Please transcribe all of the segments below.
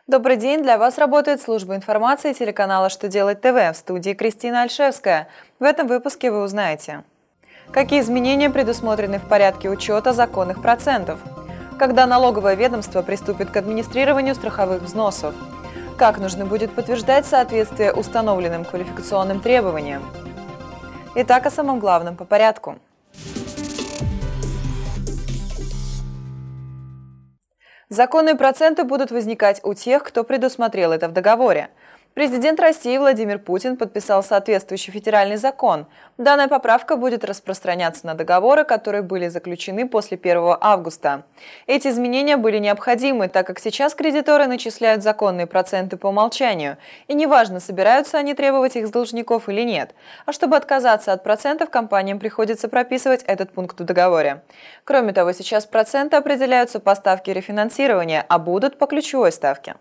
Добрый день! Для вас работает служба информации телеканала «Что делать ТВ», в студии Кристина Альшевская. В этом выпуске вы узнаете: какие изменения предусмотрены в порядке учета законных процентов, когда налоговое ведомство приступит к администрированию страховых взносов, как нужно будет подтверждать соответствие установленным квалификационным требованиям. Итак, о самом главном по порядку. Законные проценты будут возникать у тех, кто предусмотрел это в договоре. Президент России Владимир Путин подписал соответствующий федеральный закон. Данная поправка будет распространяться на договоры, которые были заключены после 1 августа. Эти изменения были необходимы, так как сейчас кредиторы начисляют законные проценты по умолчанию, и неважно, собираются они требовать их с должников или нет. А чтобы отказаться от процентов, компаниям приходится прописывать этот пункт в договоре. Кроме того, сейчас проценты определяются по ставке рефинансирования, а будут по ключевой ставке.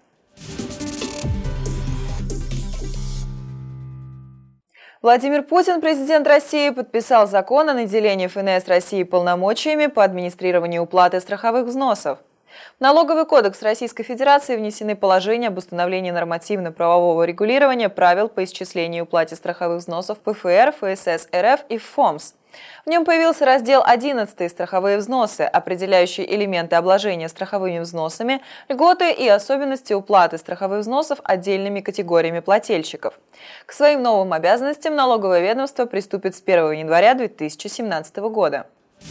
Владимир Путин, президент России, подписал закон о наделении ФНС России полномочиями по администрированию уплаты страховых взносов. В Налоговый кодекс Российской Федерации внесены положения об установлении нормативно-правового регулирования правил по исчислению и уплате страховых взносов ПФР, ФСС РФ и ФОМС. В нем появился раздел 11 «Страховые взносы», определяющий элементы обложения страховыми взносами, льготы и особенности уплаты страховых взносов отдельными категориями плательщиков. К своим новым обязанностям налоговое ведомство приступит с 1 января 2017 года.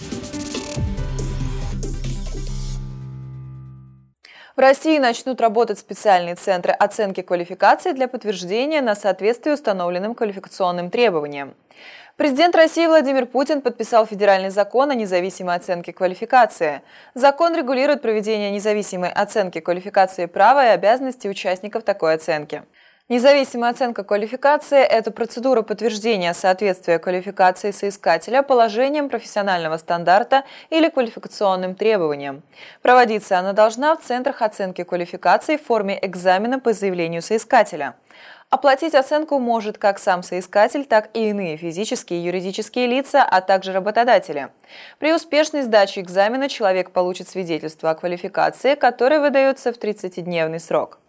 В России начнут работать специальные центры оценки квалификации для подтверждения на соответствие установленным квалификационным требованиям. Президент России Владимир Путин подписал федеральный закон о независимой оценке квалификации. Закон регулирует проведение независимой оценки квалификации права и обязанностей участников такой оценки. Независимая оценка квалификации – это процедура подтверждения соответствия квалификации соискателя положениям профессионального стандарта или квалификационным требованиям. Проводиться она должна в центрах оценки квалификации в форме экзамена по заявлению соискателя. Оплатить оценку может как сам соискатель, так и иные физические и юридические лица, а также работодатели. При успешной сдаче экзамена человек получит свидетельство о квалификации, которое выдается в 30-дневный срок.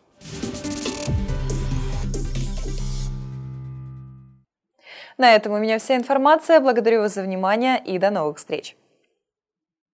На этом у меня вся информация. Благодарю вас за внимание и до новых встреч!